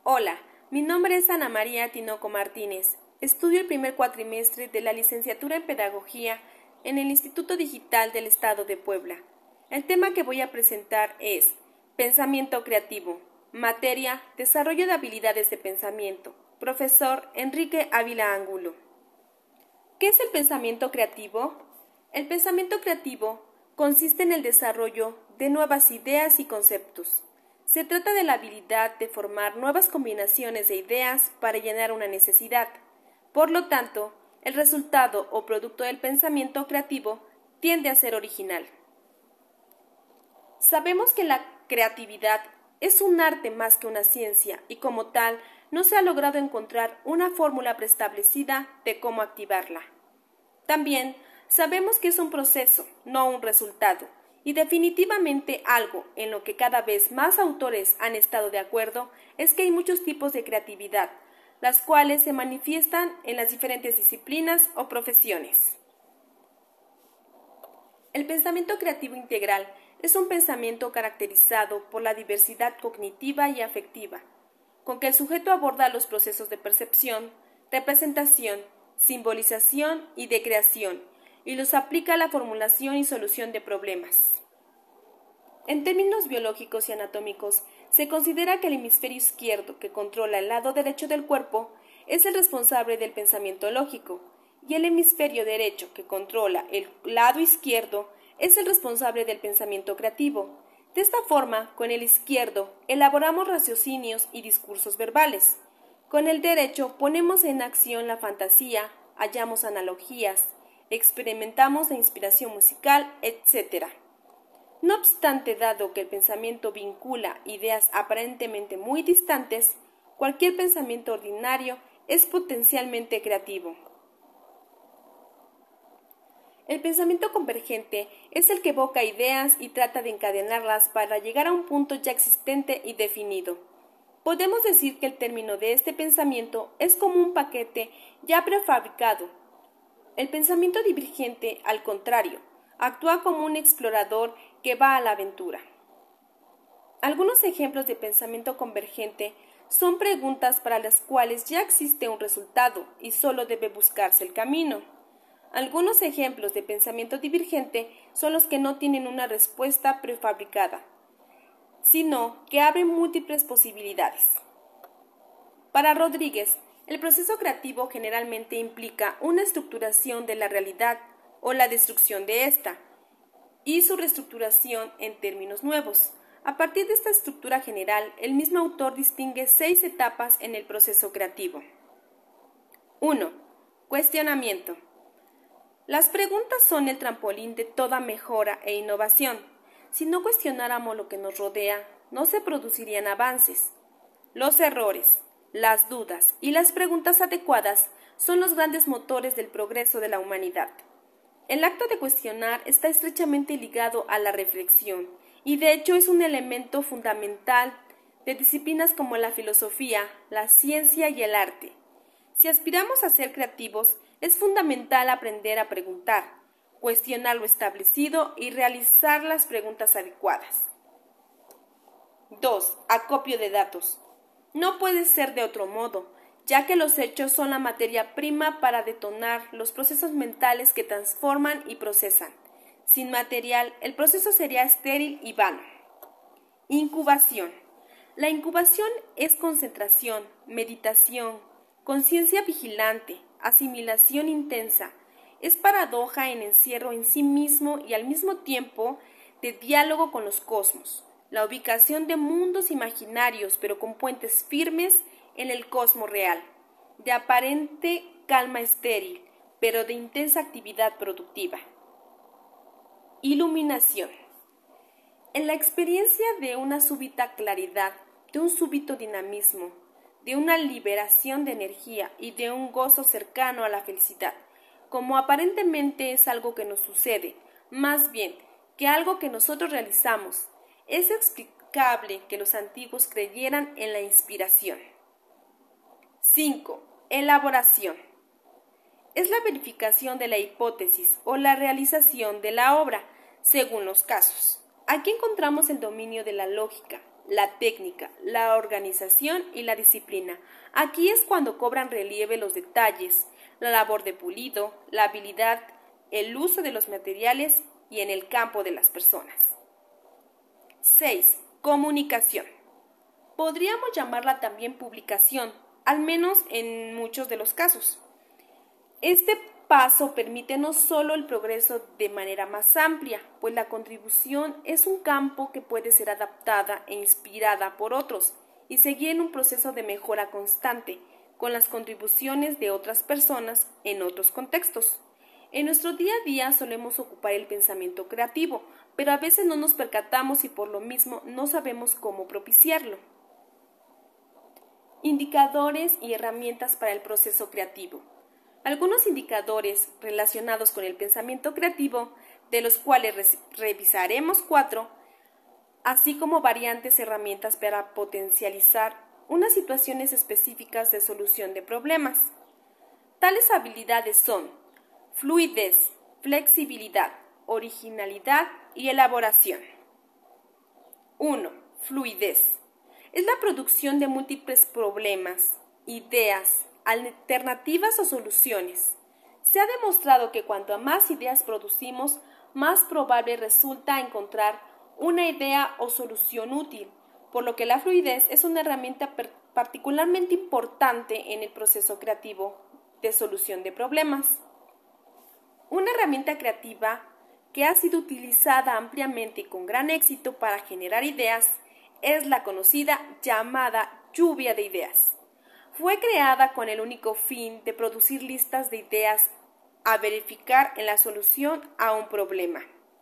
Hola, mi nombre es Ana María Tinoco Martínez. Estudio el primer cuatrimestre de la licenciatura en Pedagogía en el Instituto Digital del Estado de Puebla. El tema que voy a presentar es Pensamiento Creativo, materia Desarrollo de habilidades de pensamiento. Profesor Enrique Ávila Angulo. ¿Qué es el pensamiento creativo? El pensamiento creativo consiste en el desarrollo de nuevas ideas y conceptos. Se trata de la habilidad de formar nuevas combinaciones de ideas para llenar una necesidad. Por lo tanto, el resultado o producto del pensamiento creativo tiende a ser original. Sabemos que la creatividad es un arte más que una ciencia y como tal no se ha logrado encontrar una fórmula preestablecida de cómo activarla. También sabemos que es un proceso, no un resultado, y definitivamente algo en lo que cada vez más autores han estado de acuerdo es que hay muchos tipos de creatividad, las cuales se manifiestan en las diferentes disciplinas o profesiones. El pensamiento creativo integral es un pensamiento caracterizado por la diversidad cognitiva y afectiva, con que el sujeto aborda los procesos de percepción, representación, simbolización y de creación, y los aplica a la formulación y solución de problemas. En términos biológicos y anatómicos, se considera que el hemisferio izquierdo, que controla el lado derecho del cuerpo, es el responsable del pensamiento lógico, y el hemisferio derecho, que controla el lado izquierdo, es el responsable del pensamiento creativo. De esta forma, con el izquierdo, elaboramos raciocinios y discursos verbales. Con el derecho, ponemos en acción la fantasía, hallamos analogías, experimentamos la inspiración musical, etc. No obstante, dado que el pensamiento vincula ideas aparentemente muy distantes, cualquier pensamiento ordinario es potencialmente creativo. El pensamiento convergente es el que evoca ideas y trata de encadenarlas para llegar a un punto ya existente y definido. Podemos decir que el término de este pensamiento es como un paquete ya prefabricado. El pensamiento divergente, al contrario, actúa como un explorador que va a la aventura. Algunos ejemplos de pensamiento convergente son preguntas para las cuales ya existe un resultado y solo debe buscarse el camino. Algunos ejemplos de pensamiento divergente son los que no tienen una respuesta prefabricada, sino que abren múltiples posibilidades. Para Rodríguez, el proceso creativo generalmente implica una estructuración de la realidad o la destrucción de ésta, y su reestructuración en términos nuevos. A partir de esta estructura general, el mismo autor distingue 6 etapas en el proceso creativo. 1. Cuestionamiento. Las preguntas son el trampolín de toda mejora e innovación. Si no cuestionáramos lo que nos rodea, no se producirían avances. Los errores, las dudas y las preguntas adecuadas son los grandes motores del progreso de la humanidad. El acto de cuestionar está estrechamente ligado a la reflexión y de hecho es un elemento fundamental de disciplinas como la filosofía, la ciencia y el arte. Si aspiramos a ser creativos, es fundamental aprender a preguntar, cuestionar lo establecido y realizar las preguntas adecuadas. 2. Acopio de datos. No puede ser de otro modo, ya que los hechos son la materia prima para detonar los procesos mentales que transforman y procesan. Sin material, el proceso sería estéril y vano. Incubación. La incubación es concentración, meditación, conciencia vigilante, asimilación intensa. Es paradoja en encierro en sí mismo y al mismo tiempo de diálogo con los cosmos. La ubicación de mundos imaginarios pero con puentes firmes en el cosmos real, de aparente calma estéril, pero de intensa actividad productiva. Iluminación. En la experiencia de una súbita claridad, de un súbito dinamismo, de una liberación de energía y de un gozo cercano a la felicidad, como aparentemente es algo que nos sucede, más bien que algo que nosotros realizamos, es explicable que los antiguos creyeran en la inspiración. 5. Elaboración. Es la verificación de la hipótesis o la realización de la obra, según los casos. Aquí encontramos el dominio de la lógica, la técnica, la organización y la disciplina. Aquí es cuando cobran relieve los detalles, la labor de pulido, la habilidad, el uso de los materiales y en el campo de las personas. 6. Comunicación. Podríamos llamarla también publicación, al menos en muchos de los casos. Este paso permite no solo el progreso de manera más amplia, pues la contribución es un campo que puede ser adaptada e inspirada por otros y seguir en un proceso de mejora constante con las contribuciones de otras personas en otros contextos. En nuestro día a día solemos ocupar el pensamiento creativo, pero a veces no nos percatamos y por lo mismo no sabemos cómo propiciarlo. Indicadores y herramientas para el proceso creativo. Algunos indicadores relacionados con el pensamiento creativo, de los cuales revisaremos 4, así como variantes herramientas para potencializar unas situaciones específicas de solución de problemas. Tales habilidades son fluidez, flexibilidad, originalidad y elaboración. 1. Fluidez. Es la producción de múltiples problemas, ideas, alternativas o soluciones. Se ha demostrado que cuanto más ideas producimos, más probable resulta encontrar una idea o solución útil, por lo que la fluidez es una herramienta particularmente importante en el proceso creativo de solución de problemas. Una herramienta creativa que ha sido utilizada ampliamente y con gran éxito para generar ideas es la conocida llamada lluvia de ideas. Fue creada con el único fin de producir listas de ideas a verificar en la solución a un problema.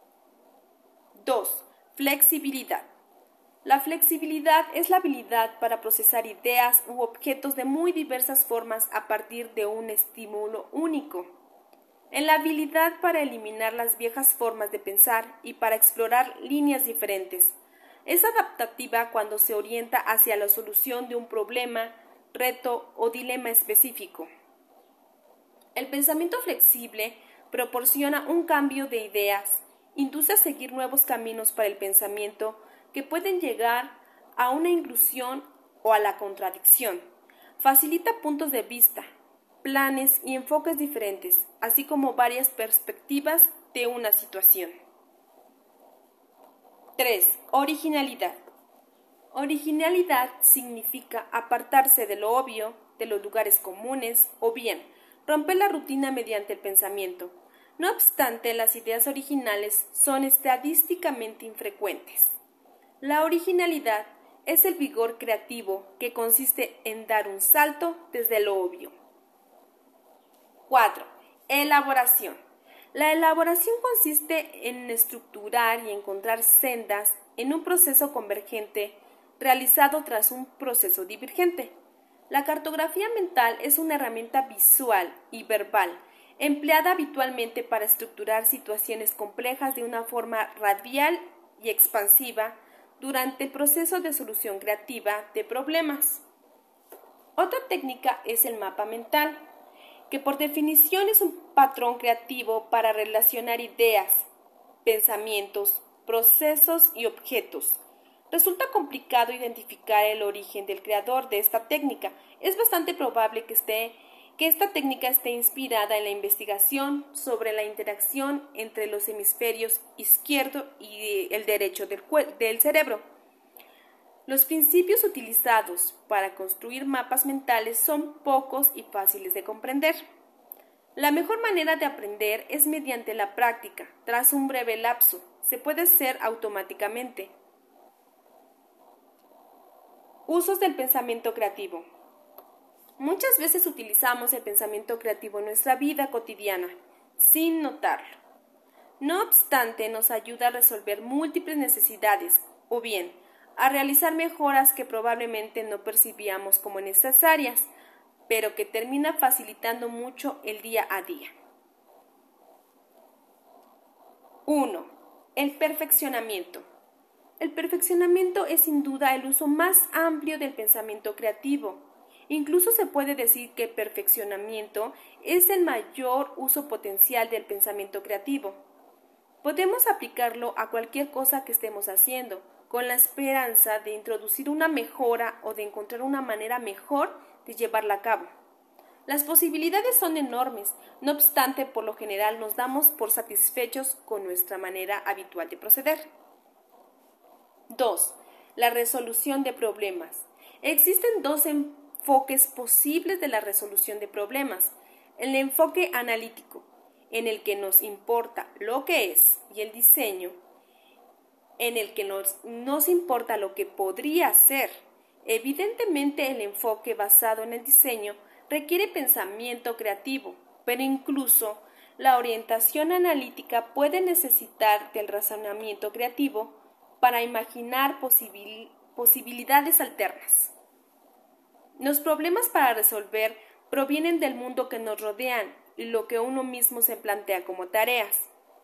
2. Flexibilidad. La flexibilidad es la habilidad para procesar ideas u objetos de muy diversas formas a partir de un estímulo único. En la habilidad para eliminar las viejas formas de pensar y para explorar líneas diferentes. Es adaptativa cuando se orienta hacia la solución de un problema, reto o dilema específico. El pensamiento flexible proporciona un cambio de ideas, induce a seguir nuevos caminos para el pensamiento que pueden llegar a una inclusión o a la contradicción. Facilita puntos de vista, planes y enfoques diferentes, así como varias perspectivas de una situación. 3. Originalidad. Originalidad significa apartarse de lo obvio, de los lugares comunes o bien romper la rutina mediante el pensamiento. No obstante, las ideas originales son estadísticamente infrecuentes. La originalidad es el vigor creativo que consiste en dar un salto desde lo obvio. 4. Elaboración. La elaboración consiste en estructurar y encontrar sendas en un proceso convergente realizado tras un proceso divergente. La cartografía mental es una herramienta visual y verbal empleada habitualmente para estructurar situaciones complejas de una forma radial y expansiva durante el proceso de solución creativa de problemas. Otra técnica es el mapa mental, que por definición es un patrón creativo para relacionar ideas, pensamientos, procesos y objetos. Resulta complicado identificar el origen del creador de esta técnica. Es bastante probable que esta técnica esté inspirada en la investigación sobre la interacción entre los hemisferios izquierdo y el derecho del cerebro. Los principios utilizados para construir mapas mentales son pocos y fáciles de comprender. La mejor manera de aprender es mediante la práctica. Tras un breve lapso, se puede hacer automáticamente. Usos del pensamiento creativo. Muchas veces utilizamos el pensamiento creativo en nuestra vida cotidiana, sin notarlo. No obstante, nos ayuda a resolver múltiples necesidades, o bien, a realizar mejoras que probablemente no percibíamos como necesarias, pero que termina facilitando mucho el día a día. 1. El perfeccionamiento. El perfeccionamiento es sin duda el uso más amplio del pensamiento creativo. Incluso se puede decir que perfeccionamiento es el mayor uso potencial del pensamiento creativo. Podemos aplicarlo a cualquier cosa que estemos haciendo, con la esperanza de introducir una mejora o de encontrar una manera mejor de llevarla a cabo. Las posibilidades son enormes, no obstante, por lo general nos damos por satisfechos con nuestra manera habitual de proceder. 2. La resolución de problemas. Existen dos enfoques posibles de la resolución de problemas. El enfoque analítico, en el que nos importa lo que es, y el diseño, en el que nos importa lo que podría ser. Evidentemente, el enfoque basado en el diseño requiere pensamiento creativo, pero incluso la orientación analítica puede necesitar del razonamiento creativo para imaginar posibilidades alternas. Los problemas para resolver provienen del mundo que nos rodean y lo que uno mismo se plantea como tareas.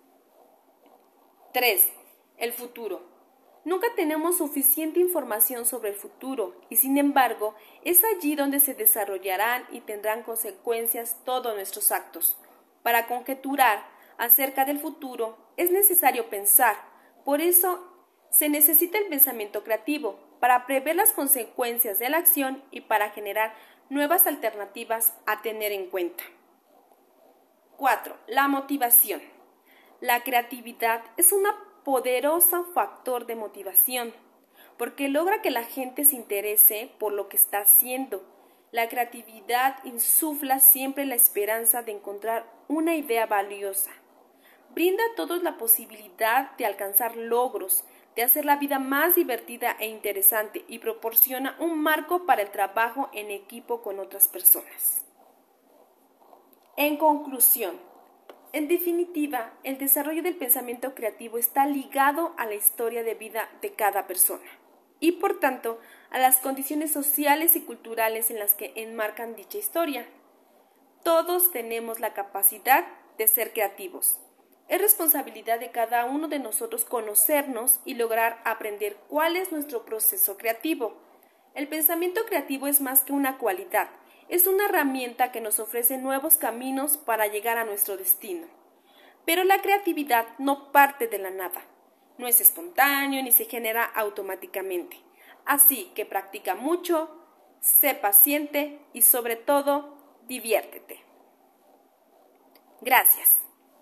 3. El futuro. Nunca tenemos suficiente información sobre el futuro y, sin embargo, es allí donde se desarrollarán y tendrán consecuencias todos nuestros actos. Para conjeturar acerca del futuro es necesario pensar, por eso se necesita el pensamiento creativo, para prever las consecuencias de la acción y para generar nuevas alternativas a tener en cuenta. 4. La motivación. La creatividad es un poderoso factor de motivación, porque logra que la gente se interese por lo que está haciendo. La creatividad insufla siempre la esperanza de encontrar una idea valiosa. Brinda a todos la posibilidad de alcanzar logros, de hacer la vida más divertida e interesante y proporciona un marco para el trabajo en equipo con otras personas. En conclusión, en definitiva, el desarrollo del pensamiento creativo está ligado a la historia de vida de cada persona y, por tanto, a las condiciones sociales y culturales en las que enmarcan dicha historia. Todos tenemos la capacidad de ser creativos. Es responsabilidad de cada uno de nosotros conocernos y lograr aprender cuál es nuestro proceso creativo. El pensamiento creativo es más que una cualidad, es una herramienta que nos ofrece nuevos caminos para llegar a nuestro destino. Pero la creatividad no parte de la nada, no es espontáneo ni se genera automáticamente. Así que practica mucho, sé paciente y sobre todo, diviértete. Gracias.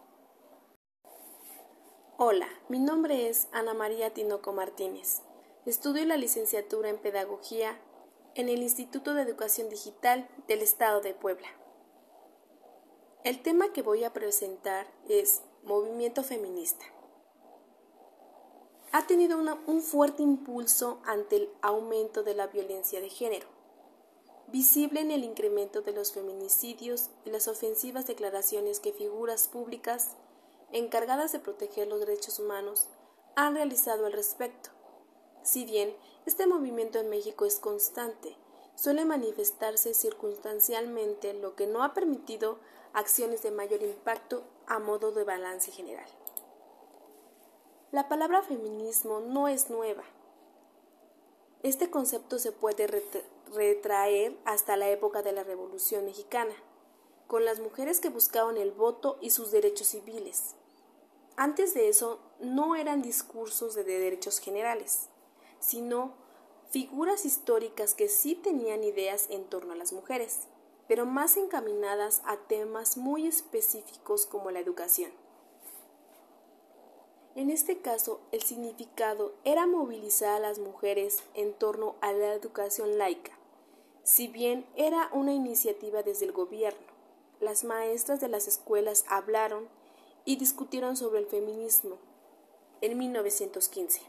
Hola, mi nombre es Ana María Tinoco Martínez. Estudio la licenciatura en Pedagogía en el Instituto de Educación Digital del Estado de Puebla. El tema que voy a presentar es movimiento feminista. Ha tenido un fuerte impulso ante el aumento de la violencia de género, visible en el incremento de los feminicidios y las ofensivas declaraciones que figuras públicas encargadas de proteger los derechos humanos han realizado al respecto. Si bien este movimiento en México es constante, suele manifestarse circunstancialmente, lo que no ha permitido acciones de mayor impacto a modo de balance general. La palabra feminismo no es nueva. Este concepto se puede retraer hasta la época de la Revolución Mexicana, con las mujeres que buscaban el voto y sus derechos civiles. Antes de eso, no eran discursos de derechos generales, sino figuras históricas que sí tenían ideas en torno a las mujeres, pero más encaminadas a temas muy específicos como la educación. En este caso, el significado era movilizar a las mujeres en torno a la educación laica. Si bien era una iniciativa desde el gobierno, las maestras de las escuelas hablaron y discutieron sobre el feminismo en 1915.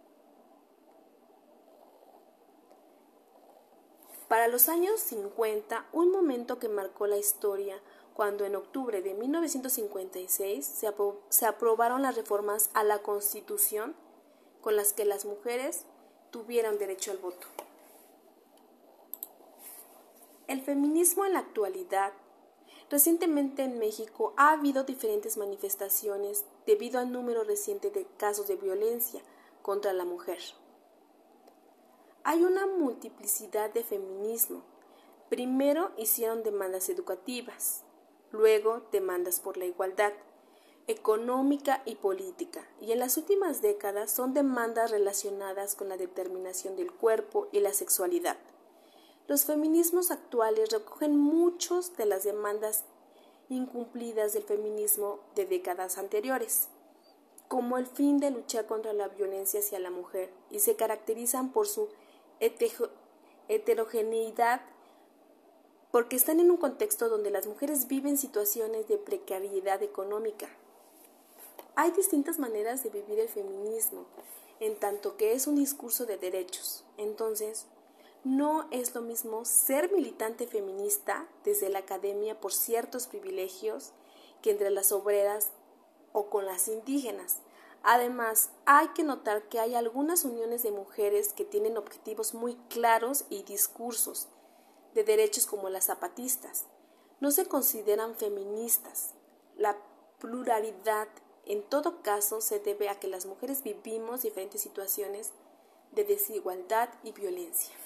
Para los años 50, un momento que marcó la historia, cuando en octubre de 1956 se aprobaron las reformas a la Constitución con las que las mujeres tuvieron derecho al voto. El feminismo en la actualidad. Recientemente en México ha habido diferentes manifestaciones debido al número reciente de casos de violencia contra la mujer. Hay una multiplicidad de feminismo. Primero hicieron demandas educativas, luego demandas por la igualdad, económica y política, y en las últimas décadas son demandas relacionadas con la determinación del cuerpo y la sexualidad. Los feminismos actuales recogen muchas de las demandas incumplidas del feminismo de décadas anteriores, como el fin de luchar contra la violencia hacia la mujer, y se caracterizan por su heterogeneidad, porque están en un contexto donde las mujeres viven situaciones de precariedad económica. Hay distintas maneras de vivir el feminismo, en tanto que es un discurso de derechos. Entonces, no es lo mismo ser militante feminista desde la academia por ciertos privilegios que entre las obreras o con las indígenas. Además, hay que notar que hay algunas uniones de mujeres que tienen objetivos muy claros y discursos de derechos como las zapatistas. No se consideran feministas. La pluralidad en todo caso se debe a que las mujeres vivimos diferentes situaciones de desigualdad y violencia.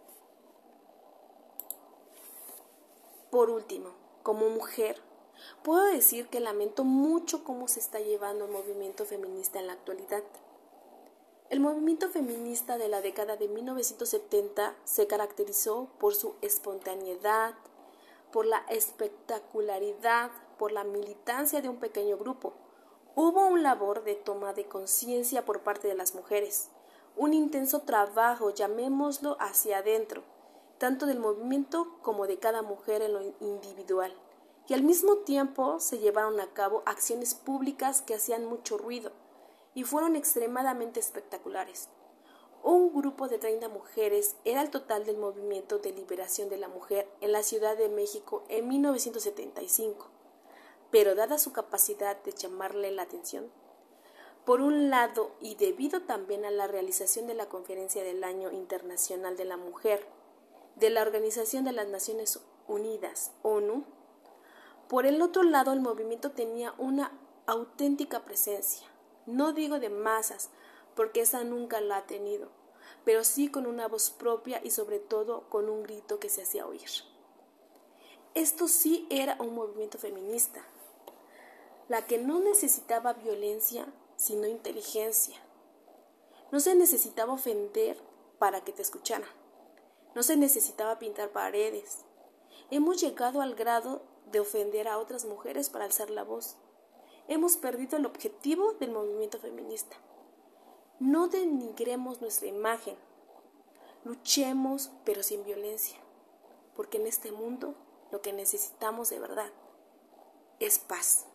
Por último, como mujer, puedo decir que lamento mucho cómo se está llevando el movimiento feminista en la actualidad. El movimiento feminista de la década de 1970 se caracterizó por su espontaneidad, por la espectacularidad, por la militancia de un pequeño grupo. Hubo un labor de toma de conciencia por parte de las mujeres, un intenso trabajo, llamémoslo hacia adentro, tanto del movimiento como de cada mujer en lo individual, y al mismo tiempo se llevaron a cabo acciones públicas que hacían mucho ruido y fueron extremadamente espectaculares. Un grupo de 30 mujeres era el total del movimiento de liberación de la mujer en la Ciudad de México en 1975. Pero dada su capacidad de llamarle la atención, por un lado, y debido también a la realización de la Conferencia del Año Internacional de la Mujer, de la Organización de las Naciones Unidas, ONU, por el otro lado el movimiento tenía una auténtica presencia, no digo de masas, porque esa nunca la ha tenido, pero sí con una voz propia y sobre todo con un grito que se hacía oír. Esto sí era un movimiento feminista, la que no necesitaba violencia, sino inteligencia. No se necesitaba ofender para que te escucharan. No se necesitaba pintar paredes. Hemos llegado al grado de ofender a otras mujeres para alzar la voz. Hemos perdido el objetivo del movimiento feminista. No denigremos nuestra imagen. Luchemos, pero sin violencia. Porque en este mundo lo que necesitamos de verdad es paz.